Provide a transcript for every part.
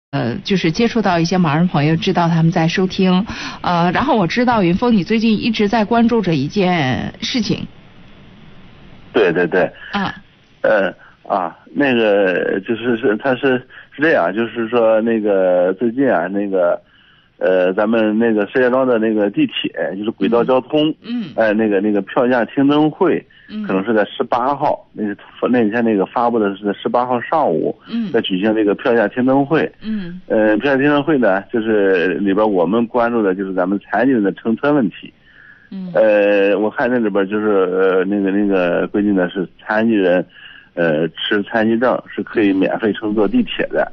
就是接触到一些盲人朋友，知道他们在收听，然后我知道云峰你最近一直在关注着一件事情。 对对对。那个他是这样，就是说那个最近啊，那个咱们那个石家庄的那个地铁，就是轨道交通，那个票价听证会，可能是在18号，那天那个发布的是在18号上午，在举行这个票价听证会，票价听证会呢，就是里边我们关注的就是咱们残疾人的乘车问题，我看那里边就是那个规定的是残疾人，持残疾证是可以免费乘坐地铁的。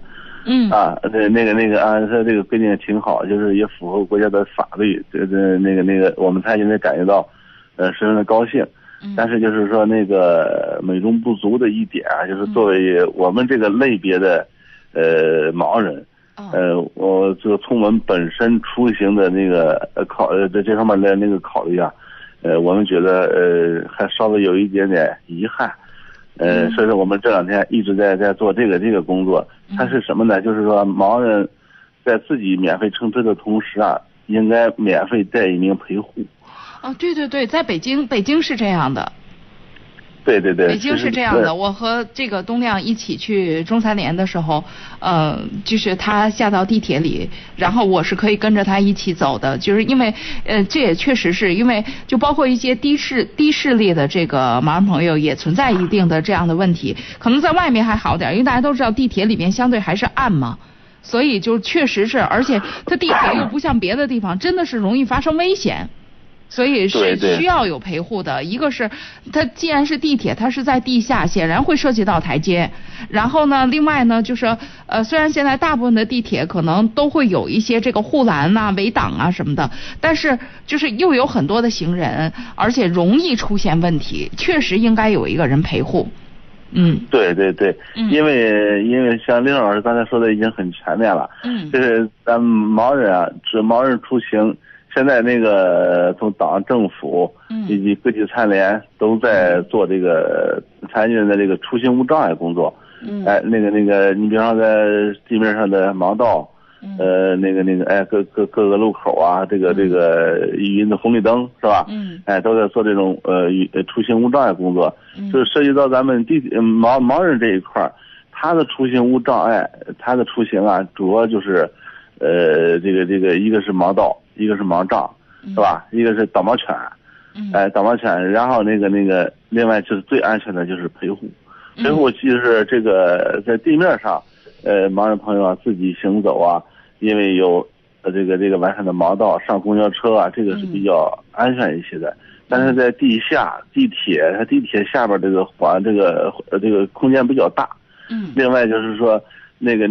他这个规定也挺好，就是也符合国家的法律，我们残疾人感觉到，十分的高兴。但是就是说那个美中不足的一点啊，就是作为我们这个类别的，盲人，我这个从我们本身出行的那个在这方面的那个考虑啊，我们觉得还稍微有一点点遗憾。所以说我们这2天一直在做这个工作。它是什么呢？就是说盲人在自己免费乘车的同时啊，应该免费带一名陪护。 对对对，在北京是这样的。 对对对， 北京是这样的。我和这个东亮一起去中3联的时候，就是他下到地铁里，然后我是可以跟着他一起走的，就是因为这也确实是因为就包括一些低视力的这个盲人朋友也存在一定的这样的问题，可能在外面还好点，因为大家都知道地铁里面相对还是暗嘛，所以就确实是，而且它地铁又不像别的地方真的是容易发生危险。所以是需要有陪护的。一个是它既然是地铁，它是在地下，显然会涉及到台阶。然后呢，另外呢，就是虽然现在大部分的地铁可能都会有一些这个护栏啊、围挡啊什么的，但是就是又有很多的行人，而且容易出现问题，确实应该有一个人陪护。 对对对，因为像令老师刚才说的已经很全面了。就是咱们盲人啊，指盲人出行。现在那个从党政府以及各级残联都在做这个残疾人的这个出行无障碍工作。那个你比方在地面上的盲道，各个路口啊，这个语音的红绿灯是吧？都在做这种出行无障碍工作。就是涉及到咱们盲人这一块，他的出行无障碍，他的出行啊，主要就是一个是盲道。一个是盲杖，是吧？一个是导盲犬，导盲犬，然后那个，另外就是最安全的就是陪护。陪护就是这个在地面上，盲人朋友啊自己行走啊，因为有这个完善的盲道，上公交车啊，这个是比较安全一些的。但是在地下地铁下边这个空间比较大。另外就是说。那个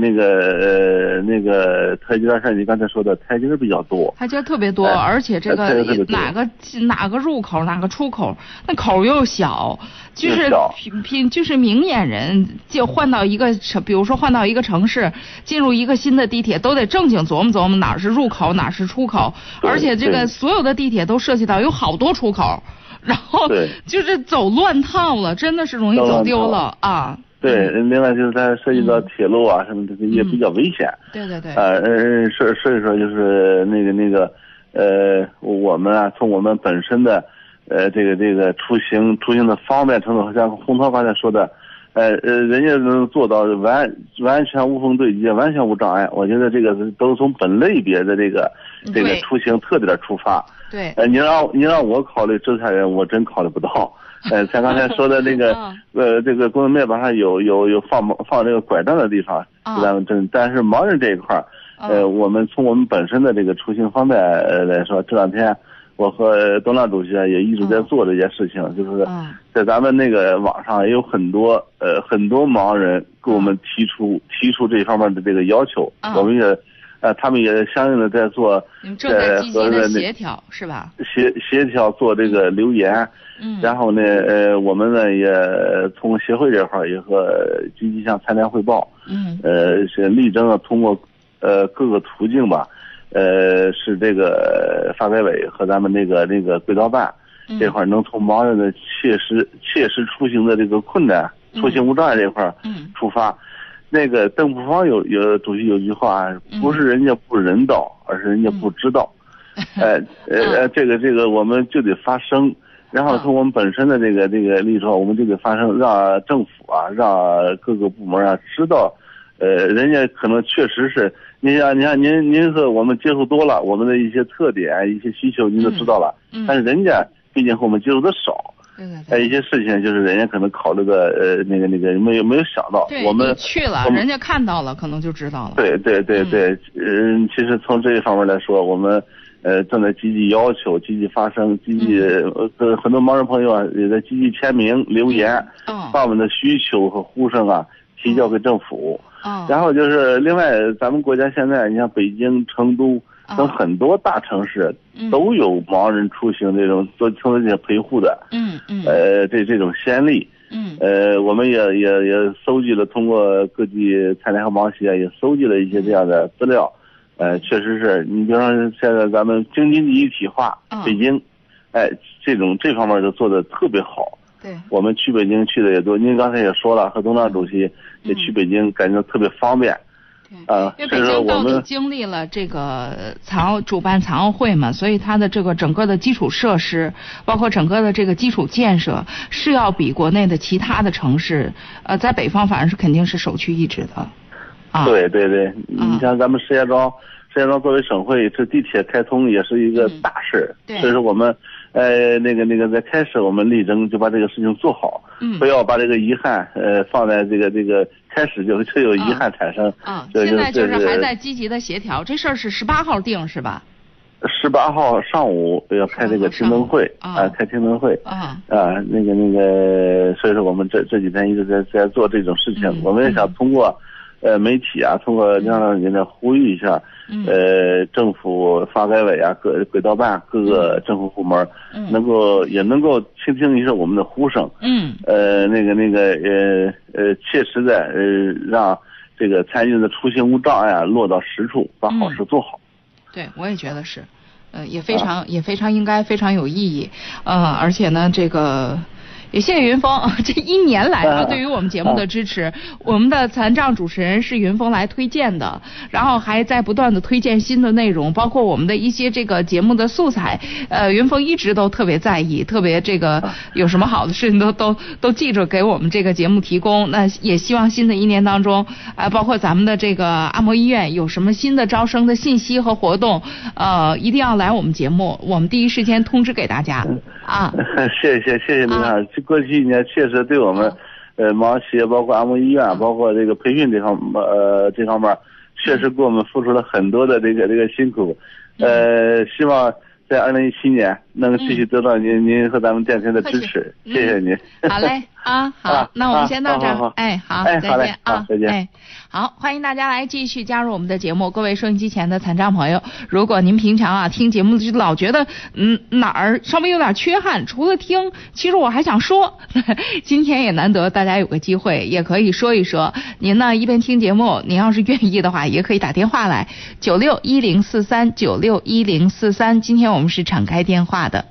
台阶上，你刚才说的台阶比较多，台阶特别多，而且这个哪个入口哪个出口，那口又小，就是明眼人就换到一个，比如说换到一个城市，进入一个新的地铁，都得正经琢磨琢磨哪是入口哪是出口，而且这个所有的地铁都涉及到有好多出口，然后就是走乱套了，真的是容易走丢了啊。对，另外就是它涉及到铁路啊什么的，也比较危险。对对对。所以说就是我们啊，从我们本身的这个出行的方便程度，像洪涛刚才说的，人家能做到完全无缝对接，完全无障碍。我觉得这个都从本类别的这个出行特点出发。对。你让我考虑这才人，我真考虑不到。像刚才说的那个，这个公路面板上有放这个拐杖的地方，但是盲人这一块，我们从我们本身的这个出行方面来说，这2天我和东亮主席也一直在做这件事情，就是在咱们那个网上也有很多盲人给我们提出这方面的这个要求，我们也。他们也相应的在做，正在积极的协调是吧？协调做这个留言，然后呢，我们呢也从协会这块也和积极向残联汇报，是力争啊通过各个途径吧，是这个发改委和咱们那个轨道办这块能从盲人的切实出行的这个困难、出行无障碍这块出发。 那个邓朴方主席有句话，不是人家不人道，而是人家不知道。这个我们就得发声，然后从我们本身的这个立场，我们就得发声，让政府啊，让各个部门啊知道，人家可能确实是，你看您和我们接触多了，我们的一些特点、一些需求您都知道了，但是人家毕竟和我们接触的少。一些事情就是人家可能考虑的那个没有想到，我们去了，人家看到了，可能就知道了。 对，其实从这一方面来说，我们正在积极要求、积极发声、积极很多盲人朋友啊也在积极签名留言，把我们的需求和呼声啊提交给政府。然后就是另外，咱们国家现在你像北京、成都等很多大城市都有盲人出行这种做这些陪护的，这种先例，我们也搜集了，通过各地残联和盲协也搜集了一些这样的资料，确实是你比方说现在咱们京津冀一体化，北京，这方面就做的特别好。对，我们去北京去的也多，您刚才也说了，和董事长主席也去北京，感觉特别方便。 因为北京到底经历了这个主办残奥会嘛，所以它的这个整个的基础设施，包括整个的这个基础建设，是要比国内的其他的城市，在北方反而是肯定是首屈一指的。 对，你像咱们石家庄作为省会，这地铁开通也是一个大事，所以说我们在开始我们力争就把这个事情做好，不要把这个遗憾放在这个开始就有遗憾产生。 现在就是还在积极的协调，这事儿是18号定是吧 ？18号上午要开这个听证会开听证会所以说我们这几天一直在做这种事情，我们也想通过媒体啊，通过让人家呼吁一下，政府发改委啊、轨道办各个政府部门，也能够倾听一下我们的呼声，切实的让这个残疾人的出行无障碍啊落到实处，把好事做好。 对，我也觉得是，也非常应该，非常有意义，而且呢，这个。也谢谢云峰，这1年来对于我们节目的支持，我们的残障主持人是云峰来推荐的，然后还在不断的推荐新的内容，包括我们的一些这个节目的素材，云峰一直都特别在意，特别这个有什么好的事情都记着给我们这个节目提供。那也希望新的1年当中，包括咱们的这个按摩医院有什么新的招生的信息和活动，一定要来我们节目，我们第一时间通知给大家啊。 谢谢领导。过去1年确实对我们，盲协包括按摩医院，包括这个培训这方面，确实给我们付出了很多的这个辛苦，希望在2017年能继续得到您和咱们电台的支持，谢谢您。 好嘞，好，那我们先到这儿，好，再见再见。 好，欢迎大家来继续加入我们的节目。各位收音机前的残障朋友，如果您平常听节目就老觉得哪儿稍微有点缺憾，除了听，其实我还想说，今天也难得大家有个机会，也可以说一说。您呢一边听节目，您要是愿意的话，也可以打电话来961043 961043。今天我们是敞开电话的。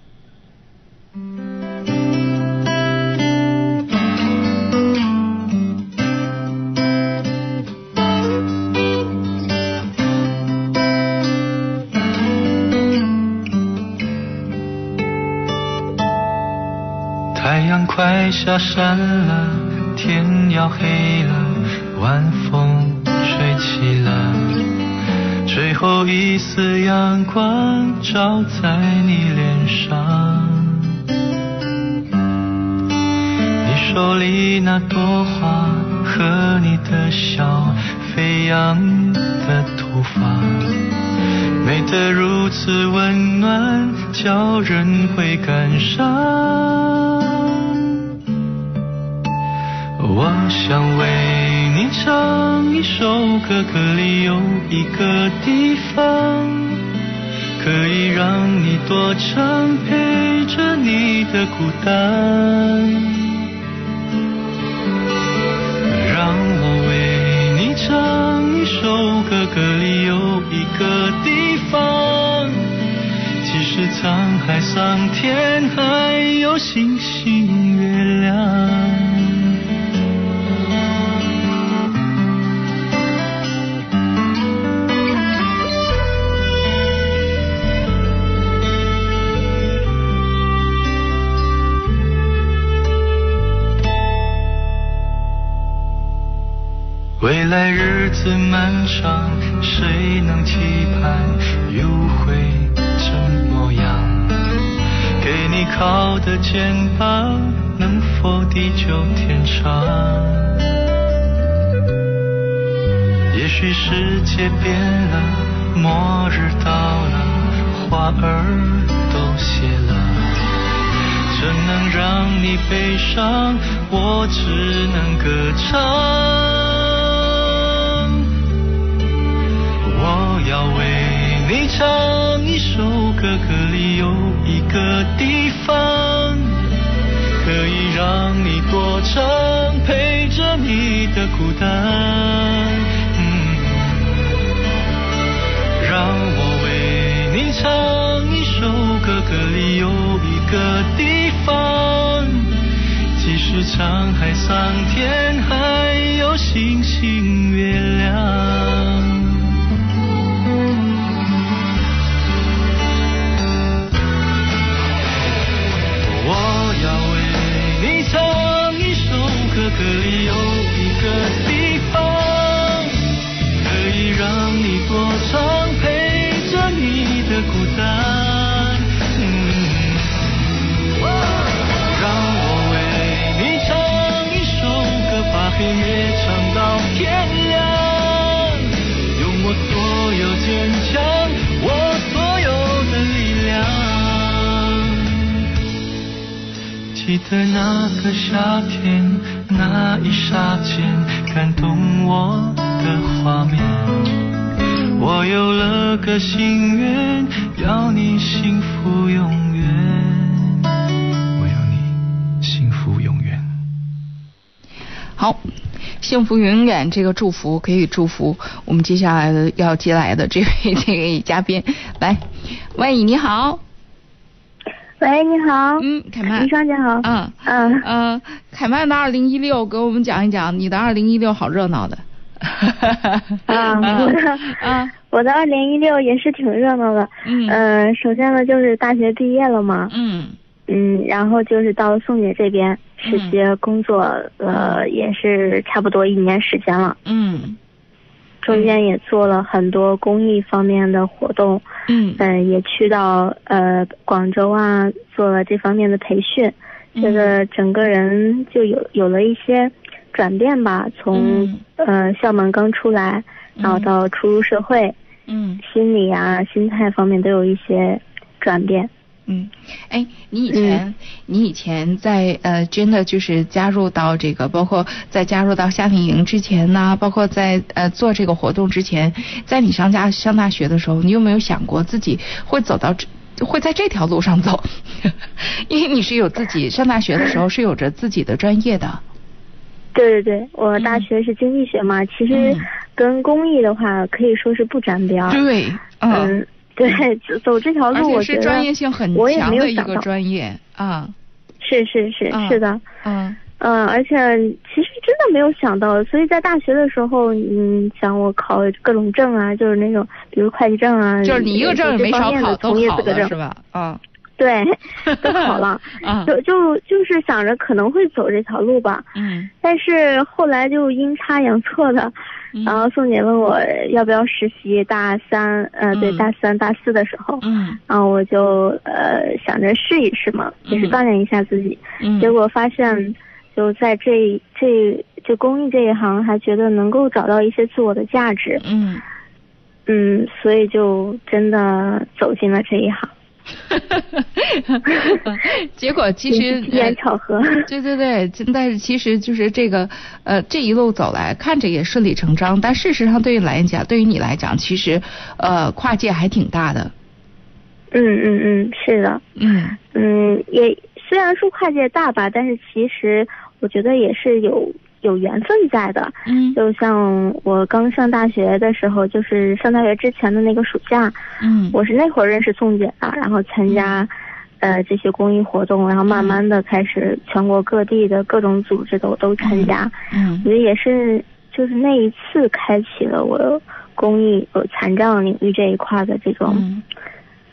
太阳快下山了，天要黑了，晚风吹起了，最后一丝阳光照在你脸上，你手里那朵花和你的笑，飞扬的头发，美得如此温暖，叫人会感伤。我想为你唱一首歌，歌里有一个地方可以让你躲藏，陪着你的孤单。让我为你唱一首歌，歌里有一个地方，即使沧海桑田，还有星星月亮。 来日子漫长，谁能期盼又会怎么样？给你靠的肩膀，能否地久天长？也许世界变了，末日到了，花儿都谢了，怎能让你悲伤？我只能歌唱。我要为你唱一首歌，歌里有一个地方可以让你躲藏，陪着你的孤单。让我为你唱一首歌，歌里有一个地方，即使沧海桑田，还有星星月亮。我要为你唱一首歌，歌里有一个地方，可以让你躲藏，陪着你的孤单。让我为你唱一首歌，把黑夜唱到天亮，用我所有坚强，我所有的力量。记得那个夏天，那一刹间感动我的画面，我有了个心愿，要你幸福永远，我要你幸福永远。 好，幸福永远这个祝福可以祝福我们接下来要接来的这位嘉宾。来，喂，你好。 喂，你好。 凯曼。 李双姐好。 凯曼的2016给我们讲一讲你的2016，好热闹的。 我的2016也是挺热闹的。首先呢就是大学毕业了嘛。然后就是到宋姐这边实习工作，也是差不多1年时间了。中间也做了很多公益方面的活动。也去到广州啊，做了这方面的培训，觉得整个人就有了一些转变吧。从校门刚出来，然后到初入社会，心理啊、心态方面都有一些转变。 你以前在真的就是加入到这个，包括在加入到夏令营之前呢，包括在做这个活动之前，在你上大学的时候，你有没有想过自己会在这条路上走？因为你是有自己上大学的时候是有着自己的专业的。 对，我大学是经济学嘛，其实跟公益的话可以说是不沾边。 对， 对，走这条路， 而且是专业性很强的一个专业啊。是的。而且其实真的没有想到，所以在大学的时候，想我考各种证啊，就是那种比如会计证啊， 就是你一个证也没少考，都考了是吧？ 对，都考了。就是想着可能会走这条路吧。但是后来就阴差阳错的。然后宋姐问我要不要实习，大三，大3、大4的时候，然后我就想着试一试嘛，也是锻炼一下自己。结果发现就在这公益这一行，还觉得能够找到一些自我的价值。所以就真的走进了这一行。 结果其实机缘巧合。 对，但是其实就是这个这一路走来看着也顺理成章，但事实上对于你来讲其实跨界还挺大的。 是的。也虽然说跨界大吧，但是其实我觉得也是有缘分在的。就像我刚上大学的时候，就是上大学之前的那个暑假，我是那会儿认识宋姐的，然后参加这些公益活动，然后慢慢的开始全国各地的各种组织都参加。我觉得也是就是那一次开启了我公益残障领域这一块的这种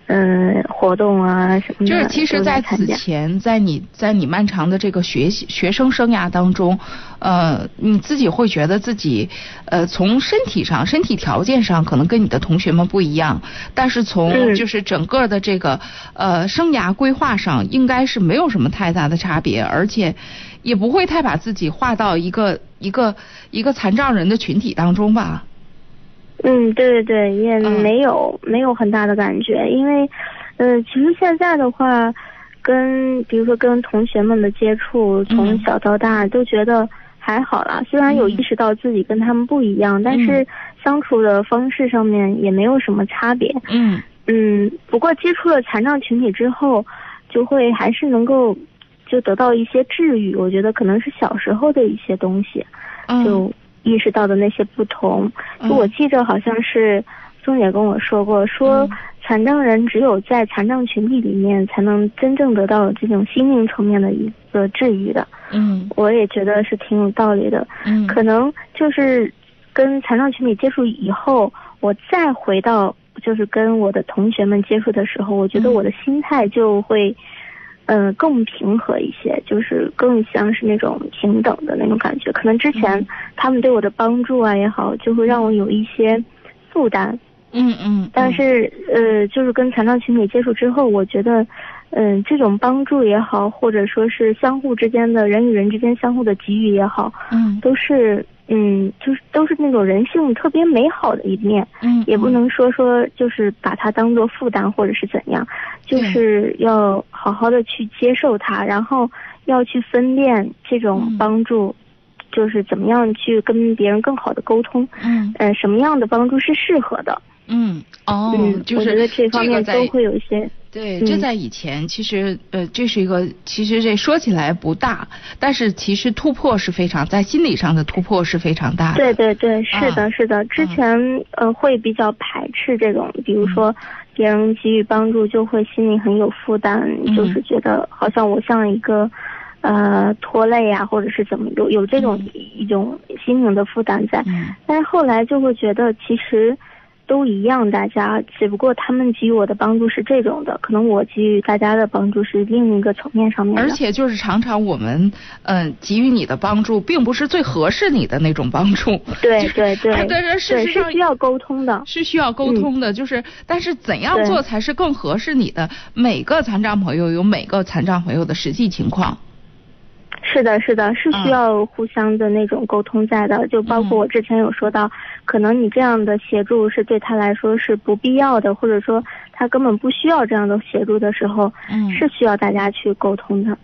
活动啊什么的。 就是其实在此前，在你漫长的这个学生生涯当中，你自己会觉得自己从身体条件上可能跟你的同学们不一样，但是从就是整个的这个生涯规划上应该是没有什么太大的差别，而且也不会太把自己划到一个残障人的群体当中吧。 对对对，也没有很大的感觉，因为其实现在的话，比如说跟同学们的接触，从小到大都觉得还好啦。虽然有意识到自己跟他们不一样，但是相处的方式上面也没有什么差别。不过接触了残障群体之后，就会还是能够就得到一些治愈。我觉得可能是小时候的一些东西，就意识到的那些不同。就我记着好像是宋姐跟我说过，说残障人只有在残障群体里面才能真正得到这种心灵层面的一个治愈的。我也觉得是挺有道理的。可能就是跟残障群体接触以后，我再回到就是跟我的同学们接触的时候，我觉得我的心态就会更平和一些，就是更像是那种平等的那种感觉。可能之前他们对我的帮助啊也好，就会让我有一些负担。但是就是跟残障群体接触之后，我觉得这种帮助也好，或者说是相互之间的人与人之间相互的给予也好，都是就是都是那种人性特别美好的一面。也不能说就是把它当作负担或者是怎样，就是要好好的去接受它，然后要去分辨这种帮助就是怎么样去跟别人更好的沟通，什么样的帮助是适合的。 就是我觉得这方面都会有一些。 对，这在以前其实这是一个，其实这说起来不大，但是其实突破是非常，在心理上的突破是非常大的。对对对，是的，是的。之前会比较排斥这种，比如说别人给予帮助，就会心里很有负担，就是觉得好像我像一个拖累啊，或者是怎么有这种一种心灵的负担在。但是后来就会觉得其实都一样，大家只不过他们给予我的帮助是这种的，可能我给予大家的帮助是另一个层面上面的。而且就是常常我们给予你的帮助并不是最合适你的那种帮助。对对对，但是事实上是需要沟通的，是需要沟通的，就是但是怎样做才是更合适你的？每个残障朋友有每个残障朋友的实际情况。是的，是的，是需要互相的那种沟通在的，就包括我之前有说到，可能你这样的协助是对他来说是不必要的，或者说他根本不需要这样的协助的时候，是需要大家去沟通的。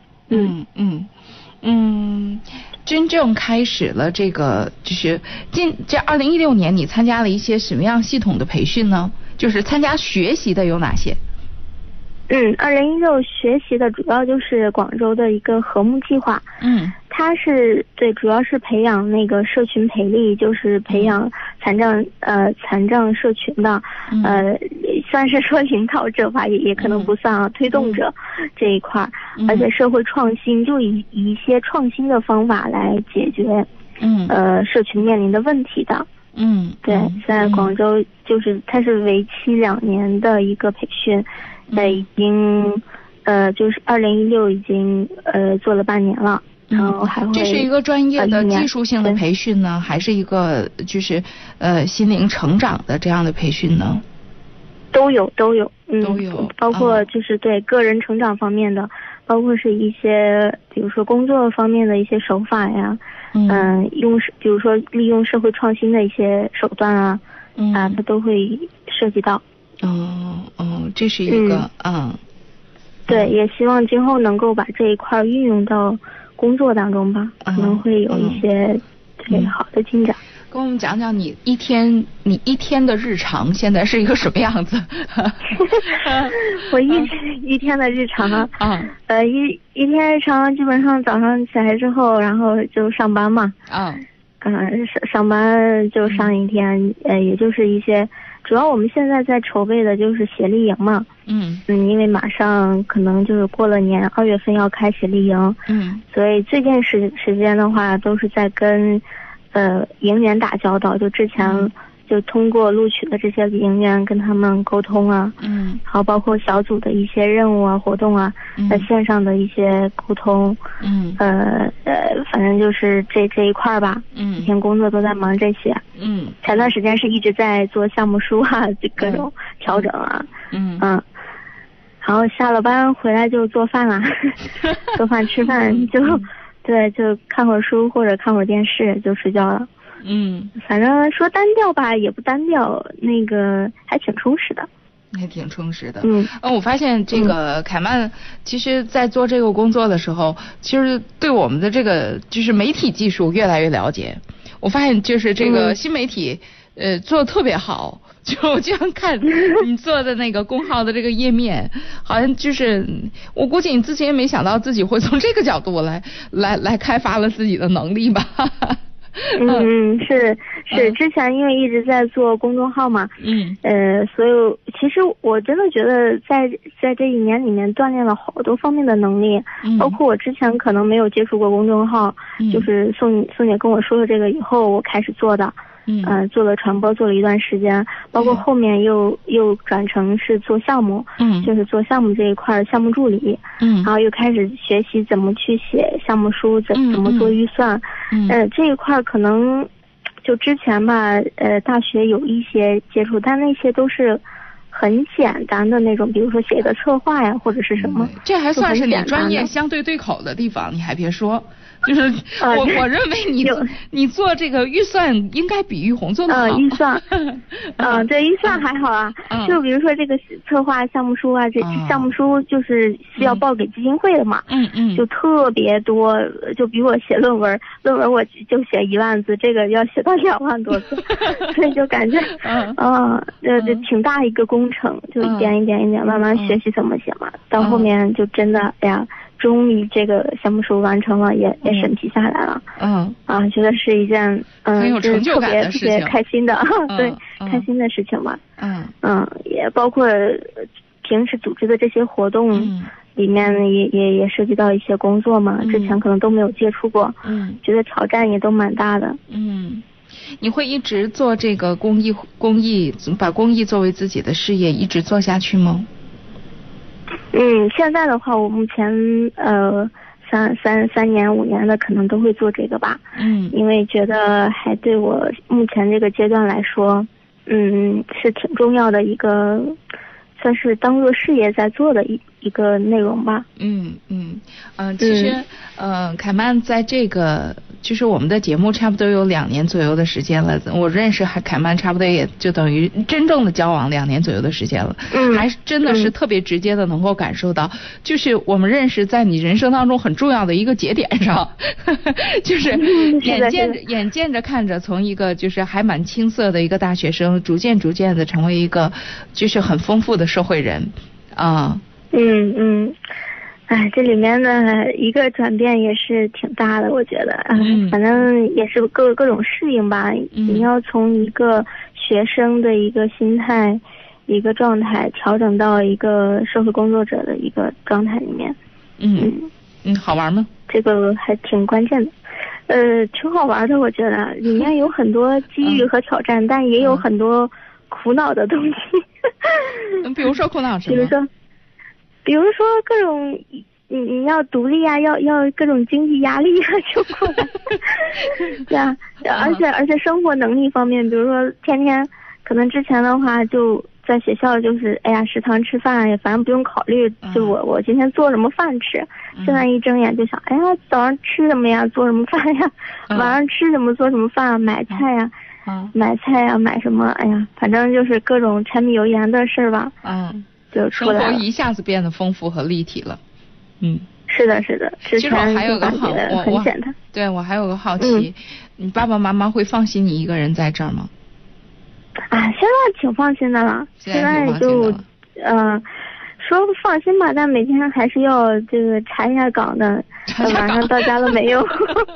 真正开始了这个，就是这2016年你参加了一些什么样系统的培训呢？就是参加学习的有哪些？2016学习的主要就是广州的一个和睦计划。它是主要是培养那个社群培力，就是培养残障社群的，算是说领导者吧，也可能不算啊，推动者这一块，而且社会创新就以一些创新的方法来解决社群面临的问题的。对，在广州就是它是为期2年的一个培训。已经就是2016已经做了半年了，然后还会这是一个专业的技术性的培训呢，还是一个就是心灵成长的这样的培训呢？都有，都有，包括就是对个人成长方面的，包括是一些比如说工作方面的一些手法呀，比如说利用社会创新的一些手段啊，它都会涉及到。这是一个对，也希望今后能够把这一块运用到工作当中吧，可能会有一些好的进展。跟我们讲讲你一天的日常现在是一个什么样子？我一天的日常一天日常基本上早上起来之后，然后就上班嘛。上班就上一天，也就是一些。主要我们现在在筹备的就是协力营嘛，因为马上可能就是过了年，2月份要开协力营，所以最近时间的话都是在跟营员打交道，就之前就通过录取的这些领英员跟他们沟通啊，还有包括小组的一些任务啊、活动啊，在线上的一些沟通，反正就是这一块吧，一天工作都在忙这些，前段时间是一直在做项目书啊，就各种调整啊，然后下了班回来就做饭啦，做饭吃饭就看会儿书或者看会儿电视就睡觉了。反正说单调吧也不单调，那个还挺充实的。 还挺充实的。我发现这个凯曼其实在做这个工作的时候，其实对我们的这个就是媒体技术越来越了解。我发现就是这个新媒体做的特别好。就这样看你做的那个公号的这个页面，好像就是我估计你自己也没想到自己会从这个角度来开发了自己的能力吧。 是之前因为一直在做公众号嘛，所以其实我真的觉得在这一年里面锻炼了好多方面的能力，包括我之前可能没有接触过公众号，就是宋姐跟我说了这个以后我开始做的。做了传播，做了一段时间，包括后面又转成是做项目，就是做项目这一块项目助理，然后又开始学习怎么去写项目书，怎么做预算，这一块可能就之前吧，大学有一些接触，但那些都是很简单的那种，比如说写个策划呀，或者是什么， 这还算是你专业相对对口的地方，你还别说。就是我认为你做这个预算应该比玉红做的好。 预算，对，预算还好啊。就比如说这个策划项目书啊，这项目书就是需要报给基金会的嘛。就特别多，就比我写论文我就写1万字，这个要写到2万多字，所以就感觉这挺大一个工程，就一点一点慢慢学习怎么写嘛。到后面就真的哎呀。终于这个项目书完成了，也审批下来了。觉得是一件很有成就感的事情， 特别开心的，对，开心的事情吧。也包括平时组织的这些活动里面也涉及到一些工作嘛，之前可能都没有接触过。觉得挑战也都蛮大的。 你会一直做这个公益，把公益作为自己的事业一直做下去吗？ 现在的话，我目前3年5年的可能都会做这个吧。因为觉得还对我目前这个阶段来说，是挺重要的一个，算是当做事业在做的一个内容吧。 其实凯曼在这个就是我们的节目差不多有2年左右的时间了，我认识凯曼差不多也就等于真正的交往2年左右的时间了，还是真的是特别直接的能够感受到，就是我们认识在你人生当中很重要的一个节点上，就是眼见着看着从一个就是还蛮青涩的一个大学生，逐渐的成为一个就是很丰富的社会人啊。 这里面的一个转变也是挺大的，我觉得，反正也是各种适应吧。你要从一个学生的一个心态、一个状态调整到一个社会工作者的一个状态里面。 好玩吗？ 这个还挺关键的。挺好玩的，我觉得里面有很多机遇和挑战，但也有很多苦恼的东西。 比如说苦恼什么？ 比如说各种你要独立啊，要各种经济压力啊就过来。对啊，而且生活能力方面，比如说天天可能之前的话就在学校就是食堂吃饭也反正不用考虑，就我今天做什么饭吃，现在一睁眼就想早上吃什么呀，做什么饭呀，晚上吃什么做什么饭，买菜呀。买什么反正就是各种柴米油盐的事吧。就出来了， 生活一下子变得丰富和立体了。 是的，之前我还有个很简单。 对，我还有个好奇，你爸爸妈妈会放心你一个人在这儿吗？ 现在挺放心的了。现在就说放心吧，但每天还是要这个查一下岗的，晚上到家了没有？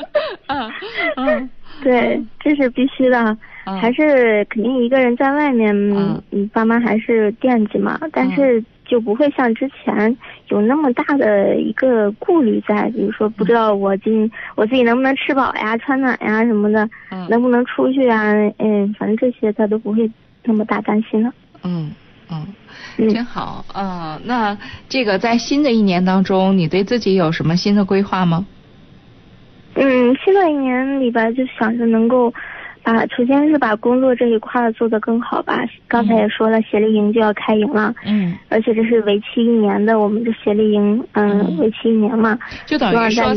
对，这是必须的。还是肯定一个人在外面，爸妈还是惦记嘛。但是就不会像之前有那么大的一个顾虑在，比如说不知道我自己能不能吃饱呀、穿暖呀什么的，能不能出去啊，反正这些他都不会那么大担心了。 真好。那这个在新的一年当中，你对自己有什么新的规划吗？ 新的一年里边就想着能够首先是把工作这一块做得更好吧。刚才也说了，协力营就要开营了，而且这是为期1年的，我们这协力营，为期1年嘛， 就等于说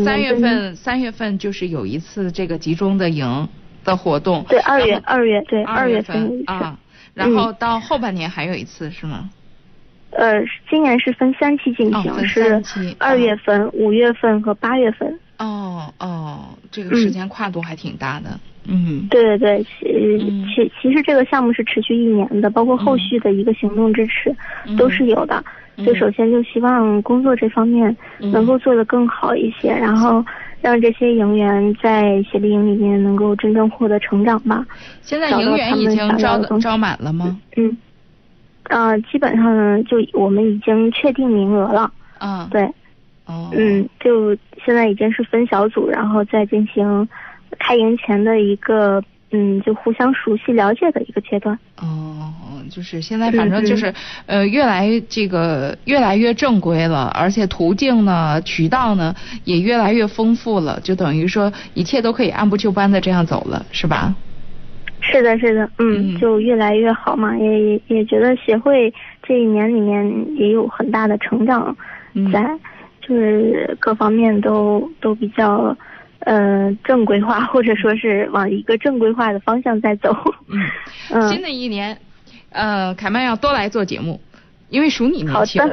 3月份就是有一次这个集中的营的活动。 对，2月份有一次啊，然后到后半年还有一次是吗？ 今年是分3期进行，是2月份、5月份和8月份。 这个时间跨度还挺大的。 对，其实这个项目是持续1年的，包括后续的一个行动支持都是有的。所以首先就希望工作这方面能够做得更好一些，然后让这些营员在协力营里面能够真正获得成长吧。 现在营员已经招满了吗？ 基本上呢，就我们已经确定名额了。对。就现在已经是分小组，然后再进行开营前的一个就互相熟悉了解的一个阶段。 就是现在反正就是越来越正规了，而且途径呢、渠道呢也越来越丰富了，就等于说一切都可以按部就班的这样走了，是吧？ 是的，就越来越好嘛，也觉得协会这1年里面也有很大的成长在。就是各方面都比较正规化，或者说是往一个正规化的方向在走。 新的一年凯曼要多来做节目，因为属你年轻。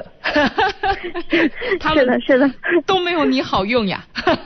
是的， 都没有你好用呀。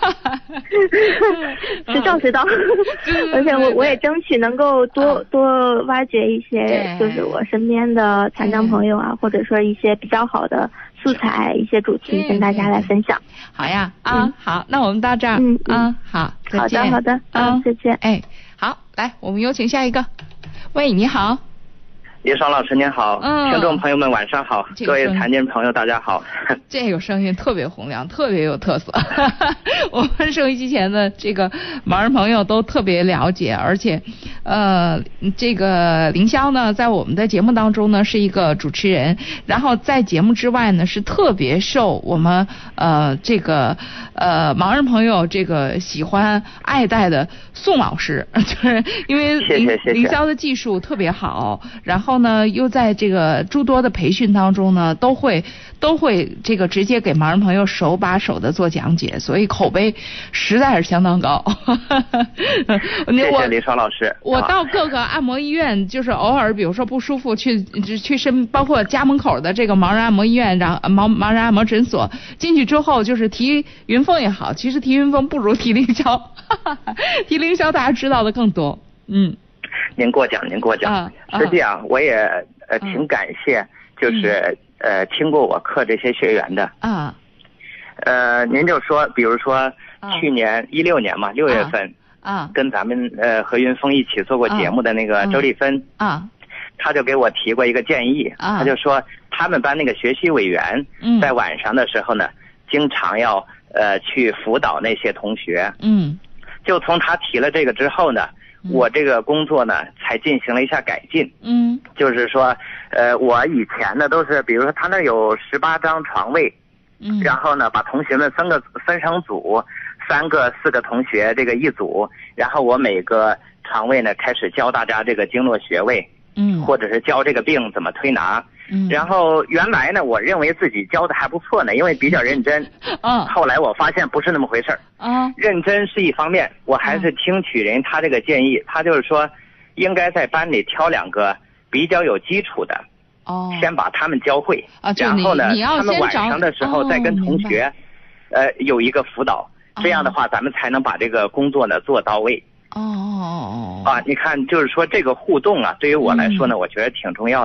知道。而且我也争取能够多挖掘一些，就是我身边的残障朋友啊，或者说一些比较好的素材、一些主题跟大家来分享。 好呀，好，那我们到这儿。好，再见。 好的，再见。 好，来，我们有请下一个。喂，你好。 李爽老师您好，听众朋友们晚上好，各位残疾朋友大家好。 这个声音特别洪亮，特别有特色。我们收音机前的这个盲人朋友都特别了解，而且这个凌霄呢在我们的节目当中呢是一个主持人，然后在节目之外呢是特别受我们这个盲人朋友这个喜欢爱戴的宋老师，就是因为凌霄的技术特别好，然后呢又在这个诸多的培训当中呢都会这个直接给盲人朋友手把手的做讲解，所以口碑实在是相当高。 谢谢李爽老师。 我到各个按摩医院，就是偶尔比如说不舒服去包括家门口的这个盲人按摩医院，然后盲人按摩诊所进去之后，就是提云峰也好，其实提云峰不如提凌霄。提凌霄大家知道的更多。 您过奖。实际上我也挺感谢，就是听过我课这些学员的。您就说，比如说去年16年嘛，6月份跟咱们和云峰一起做过节目的那个周丽芬他就给我提过一个建议，他就说他们班那个学习委员在晚上的时候呢，经常要去辅导那些同学。就从他提了这个之后呢，我这个工作呢才进行了一下改进。就是说我以前呢都是比如说他那有18张床位，然后呢把同学们分成组，3个4个同学这个一组，然后我每个床位呢开始教大家这个经络穴位，或者是教这个病怎么推拿。然后原来呢我认为自己教的还不错呢，因为比较认真。后来我发现不是那么回事儿。认真是一方面，我还是听取人他这个建议，他就是说应该在班里挑2个比较有基础的，先把他们教会，然后呢他们晚上的时候再跟同学有一个辅导，这样的话咱们才能把这个工作呢做到位。你看就是说这个互动啊对于我来说呢我觉得挺重要的。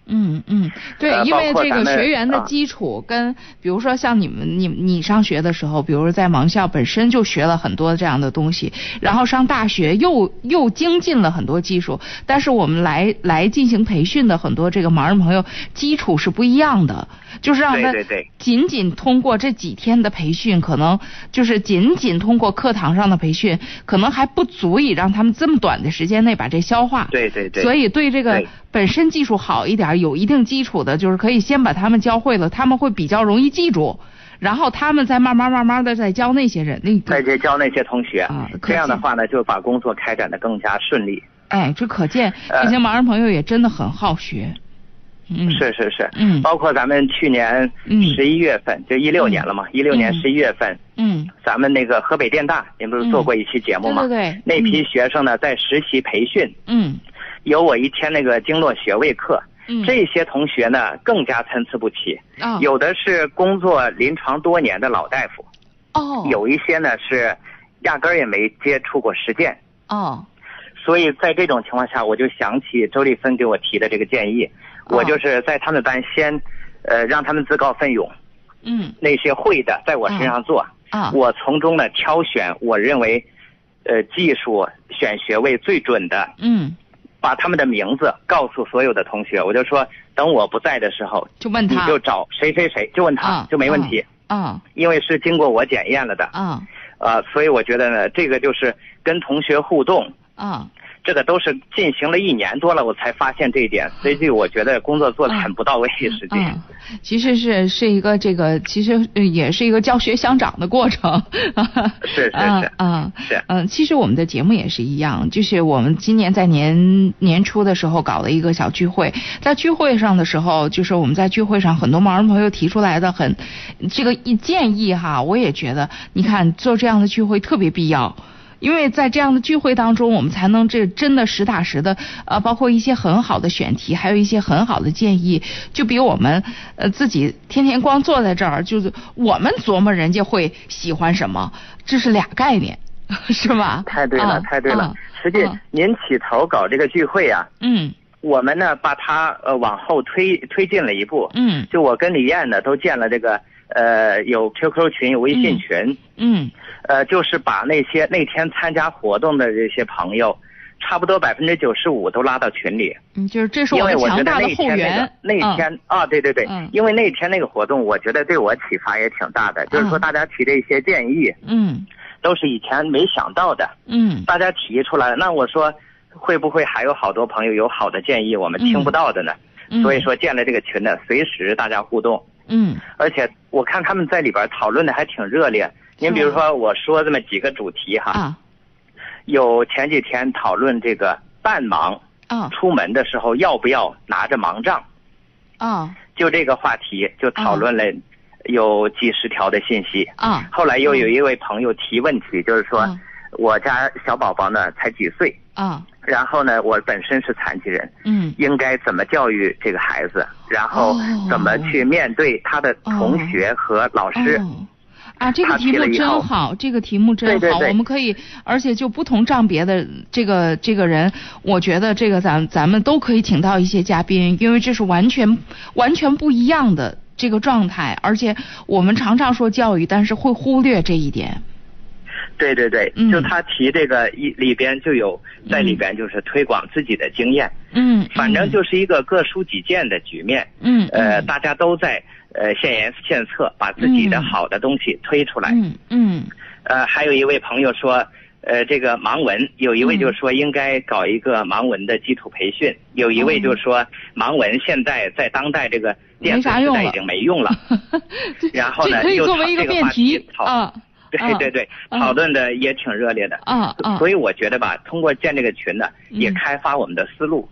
对，因为这个学员的基础跟，比如说像你上学的时候，比如说在盲校本身就学了很多这样的东西，然后上大学又精进了很多技术，但是我们来进行培训的很多这个盲人朋友基础是不一样的，就是让他仅仅通过这几天的培训，可能就是仅仅通过课堂上的培训，可能还不足以让他们这么短的时间内把这消化。 对， 所以对这个本身技术好一点、有一定基础的，就是可以先把他们教会了，他们会比较容易记住，然后他们再慢慢的再教那些人， 再教那些同学，这样的话呢，就把工作开展的更加顺利。 这可见这些盲人朋友也真的很好学。 是，包括咱们去年11月份，就16年了嘛，16年11月份，咱们那个河北电大，您不是做过一期节目吗？ 对， 那批学生呢在实习培训，有我一天那个经络穴位课，这些同学呢更加参差不齐，有的是工作临床多年的老大夫，有一些呢是压根儿也没接触过实践，所以在这种情况下，我就想起周丽芬给我提的这个建议。我就是在他们班先，让他们自告奋勇，那些会的在我身上做，我从中呢挑选我认为，技术选学位最准的，把他们的名字告诉所有的同学，我就说等我不在的时候， 就问他， 你就找谁就问他，就没问题，因为是经过我检验了的，所以我觉得呢，这个就是跟同学互动，这个都是进行了1年多了，我才发现这一点，所以我觉得工作做得很不到位，实际。 其实是一个这个，其实也是一个教学相长的过程。 是。 其实我们的节目也是一样，就是我们今年在年初的时候搞了一个小聚会，在聚会上的时候，就是我们在聚会上很多盲人朋友提出来的这个建议哈，我也觉得，你看做这样的聚会特别必要。因为在这样的聚会当中，我们才能真的实打实的包括一些很好的选题，还有一些很好的建议，就比我们自己天天光坐在这儿，就是我们琢磨人家会喜欢什么，这是俩概念，是吧？ 太对了，太对了。实际您起头搞这个聚会啊，我们呢把它往后推进了一步，就我跟李艳呢都建了这个有 QQ 群，有微信群，就是把那天参加活动的这些朋友，差不多95%都拉到群里。 就是这是我们强大的后援。 那天对，因为那天那个活动，我觉得对我启发也挺大的，就是说大家提的一些建议，都是以前没想到的，大家提出来，那我说会不会还有好多朋友有好的建议我们听不到的呢？所以说建了这个群呢，随时大家互动。而且我看他们在里边讨论的还挺热烈。您比如说我说这么几个主题哈，有前几天讨论这个半盲，出门的时候要不要拿着盲杖，就这个话题就讨论了有几十条的信息。后来又有一位朋友提问题，就是说我家小宝宝呢才几岁，然后呢我本身是残疾人，应该怎么教育这个孩子，然后怎么去面对他的同学和老师。 这个题目真好，这个题目真好，我们可以，而且就不同账别的这个人，我觉得这个咱们都可以请到一些嘉宾，因为这是完全不一样的这个状态，而且我们常常说教育，但是会忽略这一点。 对，就他提这个里边就有在里边就是推广自己的经验，反正就是一个各抒己见的局面，大家都在献言献策，把自己的好的东西推出来，还有一位朋友说，这个盲文，有一位就说应该搞一个盲文的基础培训，有一位就说盲文现在在当代这个电子时代已经没用了，然后呢， 可以作为一个辩题对，讨论的也挺热烈的，所以我觉得吧，通过建这个群呢，也开发我们的思路，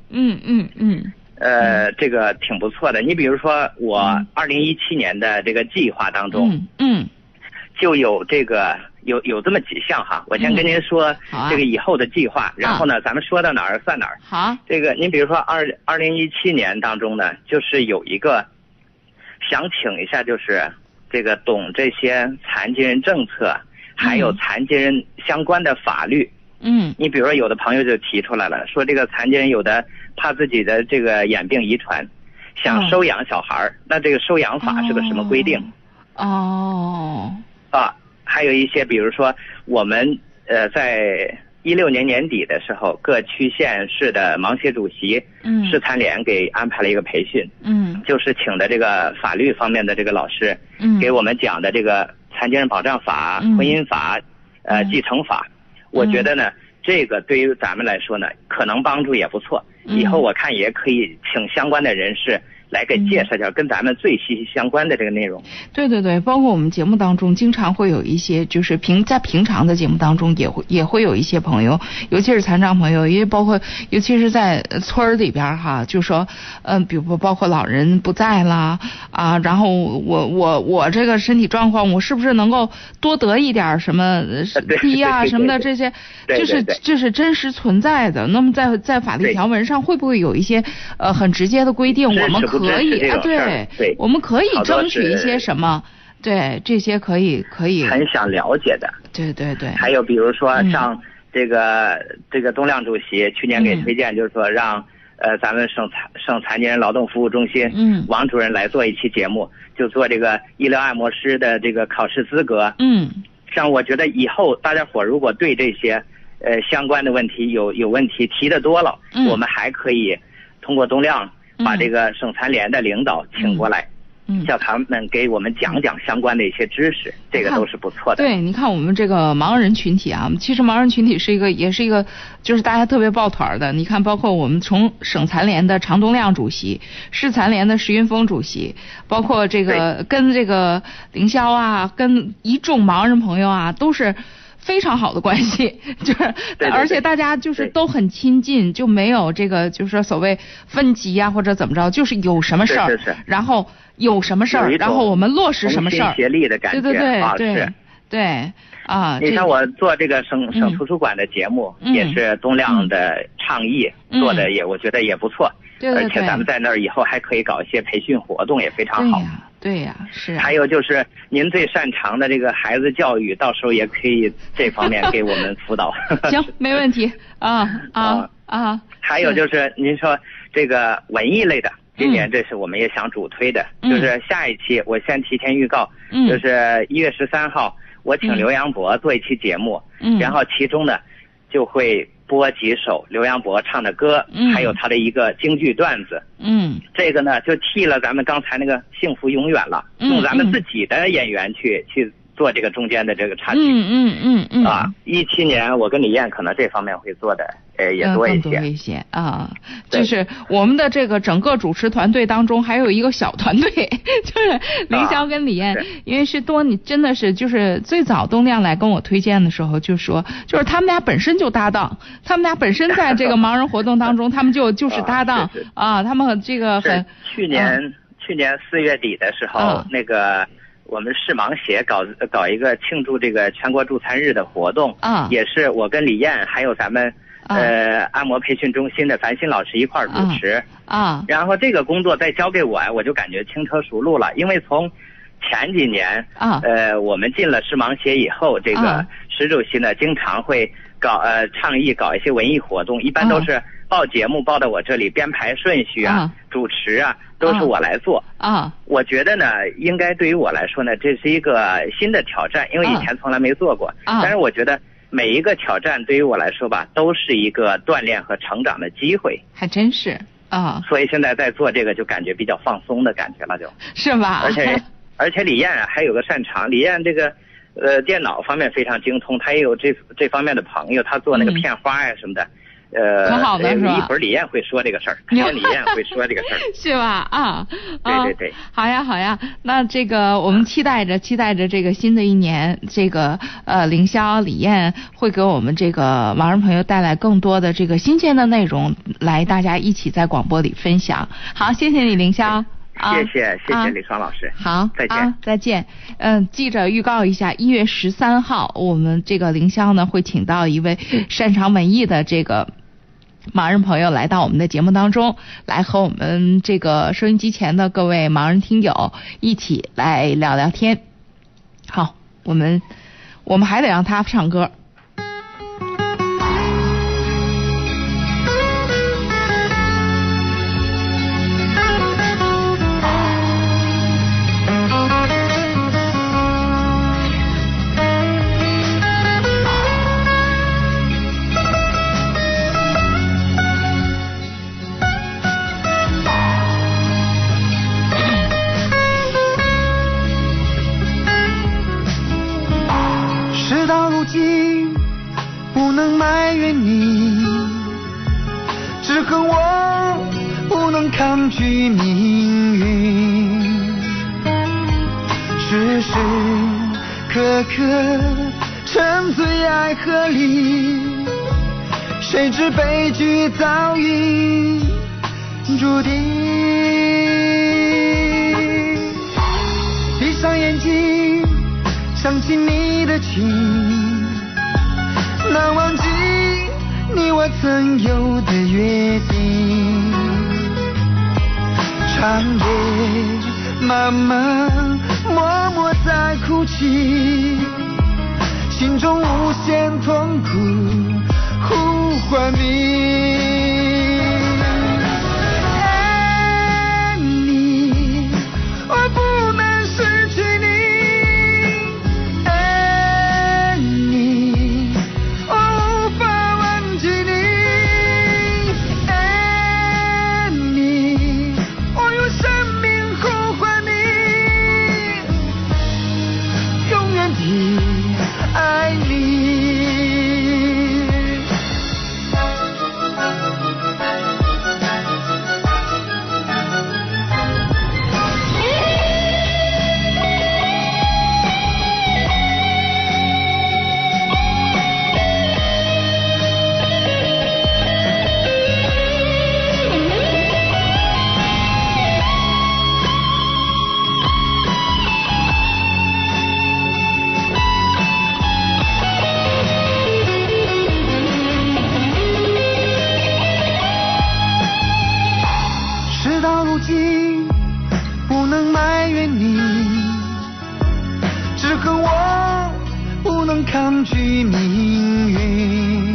这个挺不错的。你比如说我2017年的这个计划当中，就有这个有这么几项哈，我先跟您说这个以后的计划，然后呢，咱们说到哪儿算哪儿。 好， 这个您比如说2017年当中呢，就是有一个想请一下，就是这个懂这些残疾人政策，还有残疾人相关的法律。你比如说有的朋友就提出来了，说这个残疾人有的怕自己的这个眼病遗传， 想收养小孩，那这个收养法是个什么规定？还有一些，比如说我们在16年年底的时候，各区县市的盲协主席，市残联给安排了一个培训，就是请的这个法律方面的这个老师，给我们讲的这个残疾人保障法、婚姻法、继承法。我觉得呢，这个对于咱们来说呢，可能帮助也不错。以后我看也可以请相关的人士来给介绍一下跟咱们最息息相关的这个内容。 对对对，包括我们节目当中经常会有一些，就是在平常的节目当中也会有一些朋友，尤其是残障朋友，因为包括尤其是在村里边哈，就说比如包括老人不在啦啊，然后我这个身体状况，我是不是能够多得一点什么低啊什么的这些，这是真实存在的。那么在法律条文上会不会有一些很直接的规定？我们可以对，我们可以争取一些什么？对，这些可以很想了解的。 对对对。 还有比如说像这个东亮主席去年给推荐，就是说让咱们省残疾人劳动服务中心王主任来做一期节目，就做这个医疗按摩师的这个考试资格。像我觉得以后大家伙如果对这些相关的问题有问题提得多了，我们还可以通过东亮把这个省残联的领导请过来，叫他们给我们讲讲相关的一些知识，这个都是不错的。 对，你看我们这个盲人群体啊，其实盲人群体也是一个，就是大家特别抱团的。你看，包括我们从省残联的常东亮主席，市残联的石云峰主席，包括这个跟这个凌霄啊，跟一众盲人朋友啊，都是非常好的关系，就是而且大家就是都很亲近，就没有这个就是说所谓分级啊或者怎么着，就是有什么事儿，然后有什么事儿，然后我们落实什么事儿， 协力的感觉。 对啊。 你像我做这个省图书馆的节目，也是东亮的倡议做的，我觉得也不错。而且咱们在那儿以后还可以搞一些培训活动，也非常好。 对呀，是。 还有就是您最擅长的这个孩子教育，到时候也可以这方面给我们辅导。 行，没问题啊。 还有就是您说这个文艺类的，今年这是我们也想主推的，就是下一期我先提前预告，就是1月13号，我请刘洋博做一期节目，然后其中呢就会播几首刘洋博唱的歌，还有他的一个京剧段子。这个呢就替了咱们刚才那个幸福永远了，用咱们自己的演员去做这个中间的这个插曲。17年我跟李艳可能这方面会做的也多一些啊。就是我们的这个整个主持团队当中还有一个小团队，就是凌霄跟李艳，因为你真的是就是最早东亮来跟我推荐的时候就说，就是他们俩本身就搭档，他们俩本身在这个盲人活动当中他们就是搭档啊。他们这个去年4月底的时候，那个我们市盲协搞一个庆祝这个全国助残日的活动，也是我跟李艳还有咱们按摩培训中心的樊鑫老师一块儿主持然后这个工作再交给我就感觉轻车熟路了，因为从前几年我们进了市盲协以后，这个石主席呢经常会倡议搞一些文艺活动，一般都是报节目报到我这里，编排顺序主持都是我来做我觉得呢，应该对于我来说呢，这是一个新的挑战，因为以前从来没做过但是我觉得每一个挑战对于我来说吧，都是一个锻炼和成长的机会。 还真是所以现在在做这个就感觉比较放松的感觉了， 是吧？ 而且李艳还有个擅长，李艳这个电脑方面非常精通，她也有这方面的朋友，她做那个片花什么的很好的是吧？ 一会儿李艳会说这个事儿，李艳会说这个事儿， 是吧？ 对， 好呀，那这个我们期待着这个新的一年，这个凌霄、李艳会给我们这个盲人朋友带来更多的这个新鲜的内容，来大家一起在广播里分享。好，谢谢你，凌霄。 谢谢李双老师。 好， 再见。 记者预告一下，1月13号，我们这个凌霄呢会请到一位擅长文艺的这个盲人朋友来到我们的节目当中，来和我们这个收音机前的各位盲人听友一起来聊聊天。好，我们还得让他唱歌。 抗拒命运，时时刻刻沉醉爱河里，谁知悲剧早已注定。闭上眼睛，想起你的情，难忘记你我曾有的约定。长夜漫漫，默默在哭泣，心中无限痛苦呼唤你。爱你，我不能失去你，爱你，我无法忘记你，爱你，我用生命呼唤你，永远的爱你。事到如今，不能埋怨你，只恨我不能抗拒命运。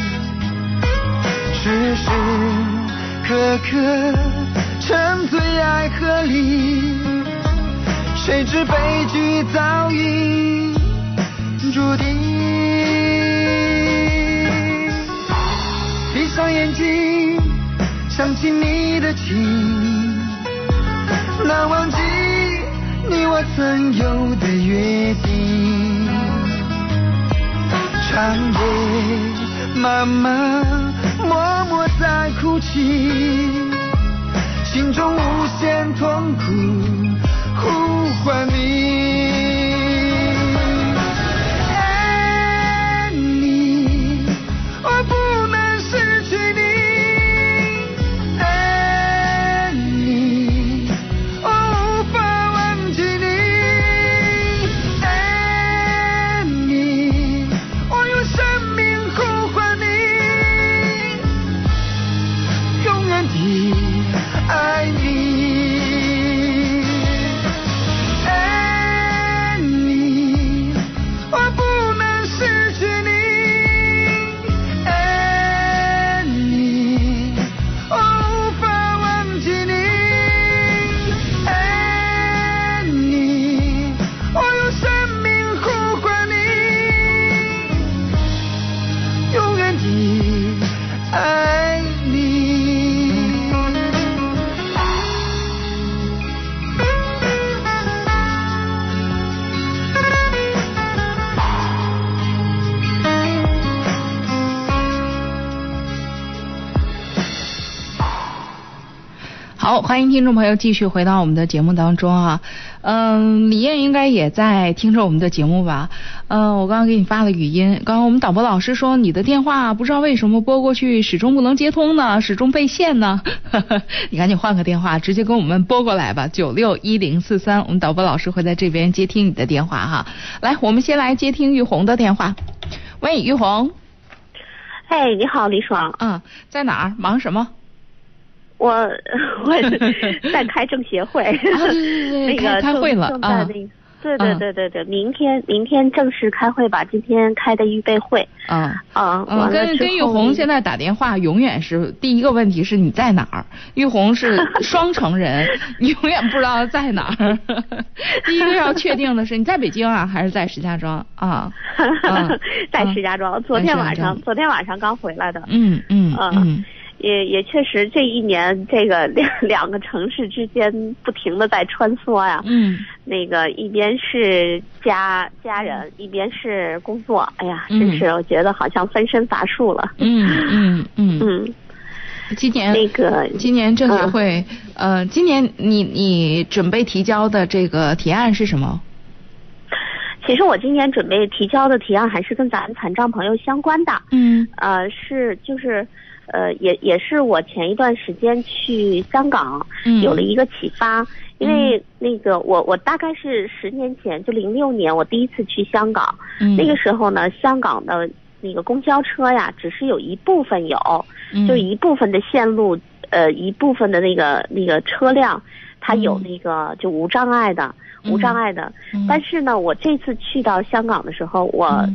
时时刻刻沉醉爱河里，谁知悲剧早已注定。闭上眼睛，想起你的情，难忘记你我曾有的约定。长夜漫漫，默默在哭泣，心中无限痛苦呼唤你。爱你，我不能失去你，爱你，我无法忘记你，爱你，我用生命呼唤你，永远的爱你，爱你，我不能失去你，爱你，我无法忘记你，爱你，我用生命呼唤你，永远的爱你。 好，欢迎听众朋友继续回到我们的节目当中啊。李艳应该也在听着我们的节目吧？我刚刚给你发了语音，刚刚我们导播老师说你的电话不知道为什么拨过去始终不能接通呢，始终被线呢。你赶紧换个电话，直接跟我们拨过来吧，961043，我们导播老师会在这边接听你的电话哈。来，我们先来接听玉红的电话。喂，玉红。 哎，你好，李爽。 在哪儿？忙什么？ 我在开政协会， 那个开会了啊。 对，明天正式开会吧，今天开的预备会。 跟玉红现在打电话，永远是第一个问题是你在哪儿？玉红是双城人，你永远不知道在哪儿。第一个要确定的是你在北京啊，还是在石家庄啊？ 在石家庄，昨天晚上刚回来的。也确实这一年这个两个城市之间不停的在穿梭呀。那个一边是家人，一边是工作，哎呀，真是我觉得好像分身乏术了。 今年那个今年政协会，今年你准备提交的这个提案是什么？ 其实我今年准备提交的提案还是跟咱们残障朋友相关的。也是我前一段时间去香港有了一个启发，因为那个我大概是10年前，就06年我第一次去香港，那个时候呢，香港的那个公交车呀，只是有一部分有，就是一部分的线路，一部分的那个车辆，它有那个就无障碍的。但是呢，我这次去到香港的时候，我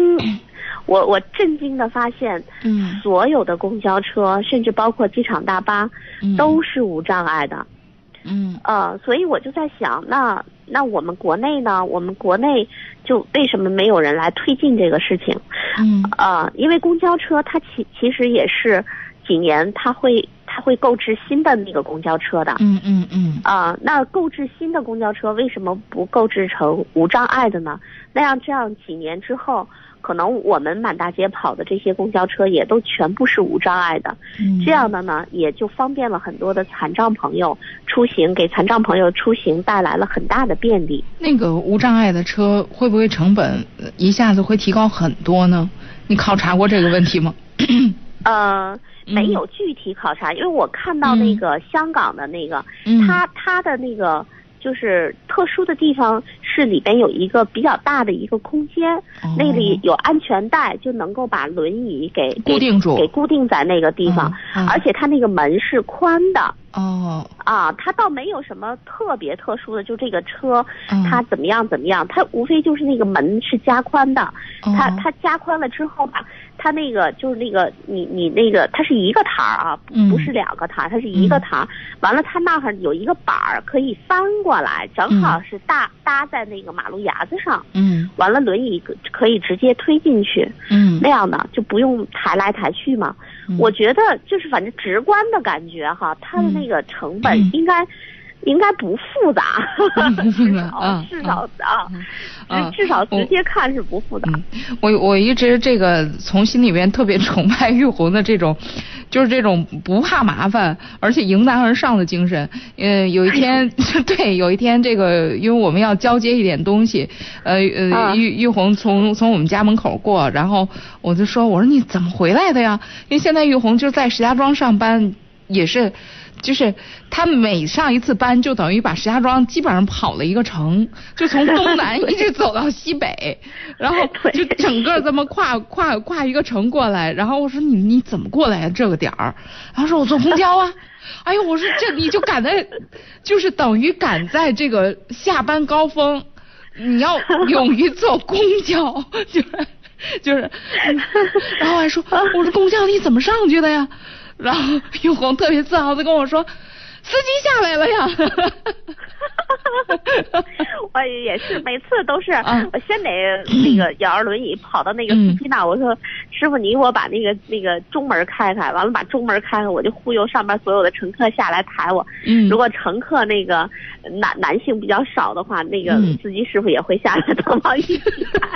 震惊的发现，所有的公交车，甚至包括机场大巴，都是无障碍的。所以我就在想，那我们国内呢？我们国内就为什么没有人来推进这个事情？因为公交车它其实也是几年它会购置新的那个公交车的。那购置新的公交车为什么不购置成无障碍的呢？这样几年之后，可能我们满大街跑的这些公交车也都全部是无障碍的。这样的呢，也就方便了很多的残障朋友出行，给残障朋友出行带来了很大的便利。 那个无障碍的车会不会成本一下子会提高很多呢？你考察过这个问题吗？ 没有具体考察，因为我看到那个香港的那个，它的那个就是特殊的地方是里边有一个比较大的一个空间，那里有安全带，就能够把轮椅给固定住， 给固定在那个地方，而且它那个门是宽的。它倒没有什么特别特殊的，就这个车它怎么样，它无非就是那个门是加宽的，它加宽了之后吧，它那个就是那个你那个它是一个台啊，不是2个台，它是一个台。完了，它那儿有一个板儿可以翻过来，正好是搭在那个马路牙子上。完了，轮椅可以直接推进去。那样的就不用抬来抬去嘛。我觉得就是反正直观的感觉哈，它的那个成本应该不复杂，至少直接看是不复杂。 我一直这个从心里边特别崇拜玉红的这种，就是这种不怕麻烦而且迎难而上的精神。有一天有一天这个因为我们要交接一点东西，玉红从我们家门口过，然后我就说你怎么回来的呀？因为现在玉红就在石家庄上班，也是。就是他每上一次班，就等于把石家庄基本上跑了一个城，就从东南一直走到西北，然后就整个这么跨一个城过来。然后我说你怎么过来呀？这个点儿？然后说我坐公交啊。哎呦，我说这你就赶在，就是等于赶在这个下班高峰，你要勇于坐公交，就是，然后还说我说公交你怎么上去的呀？然后玉红特别自豪的跟我说，司机下来了呀。 我也是每次都是我先得那个摇着轮椅跑到那个司机那，我说师傅你给我把那个中门开开，完了把中门开开，我就忽悠上边所有的乘客下来抬我。如果乘客那个男性比较少的话，那个司机师傅也会下来帮忙一起抬。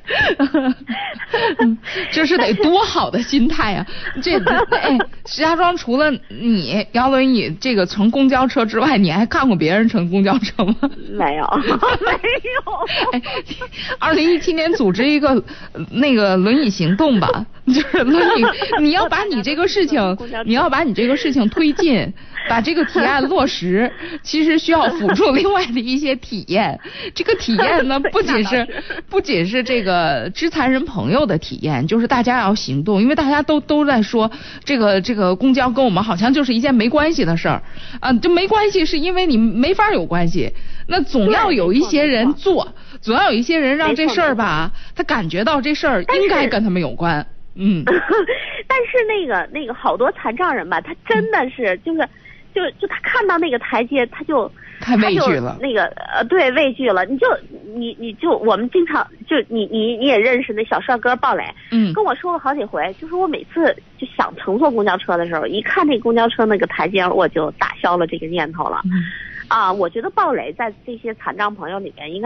这是得多好的心态啊！石家庄除了你摇轮椅这个乘公交车之外，你还看过别人乘公交车吗？ 没有。 2017年组织一个那个轮椅行动吧，就是轮椅，你要把你这个事情推进，把这个提案落实，其实需要辅助另外的一些体验。这个体验呢，不仅是这个肢残人朋友的体验，就是大家要行动，因为大家都在说这个公交跟我们好像就是一件没关系的事儿啊，就没关系是因为你没法有关系，那总要有一些人做，总要有一些人让这事儿吧，他感觉到这事儿应该跟他们有关。 但是那个好多残障人吧，他真的是就他看到那个台阶，他就太畏惧了。 那个对，畏惧了。你就我们经常就你也认识那小帅哥鲍磊，跟我说过好几回，就是我每次就想乘坐公交车的时候，一看那公交车那个台阶，我就打消了这个念头了。我觉得鲍磊在这些残障朋友里面应该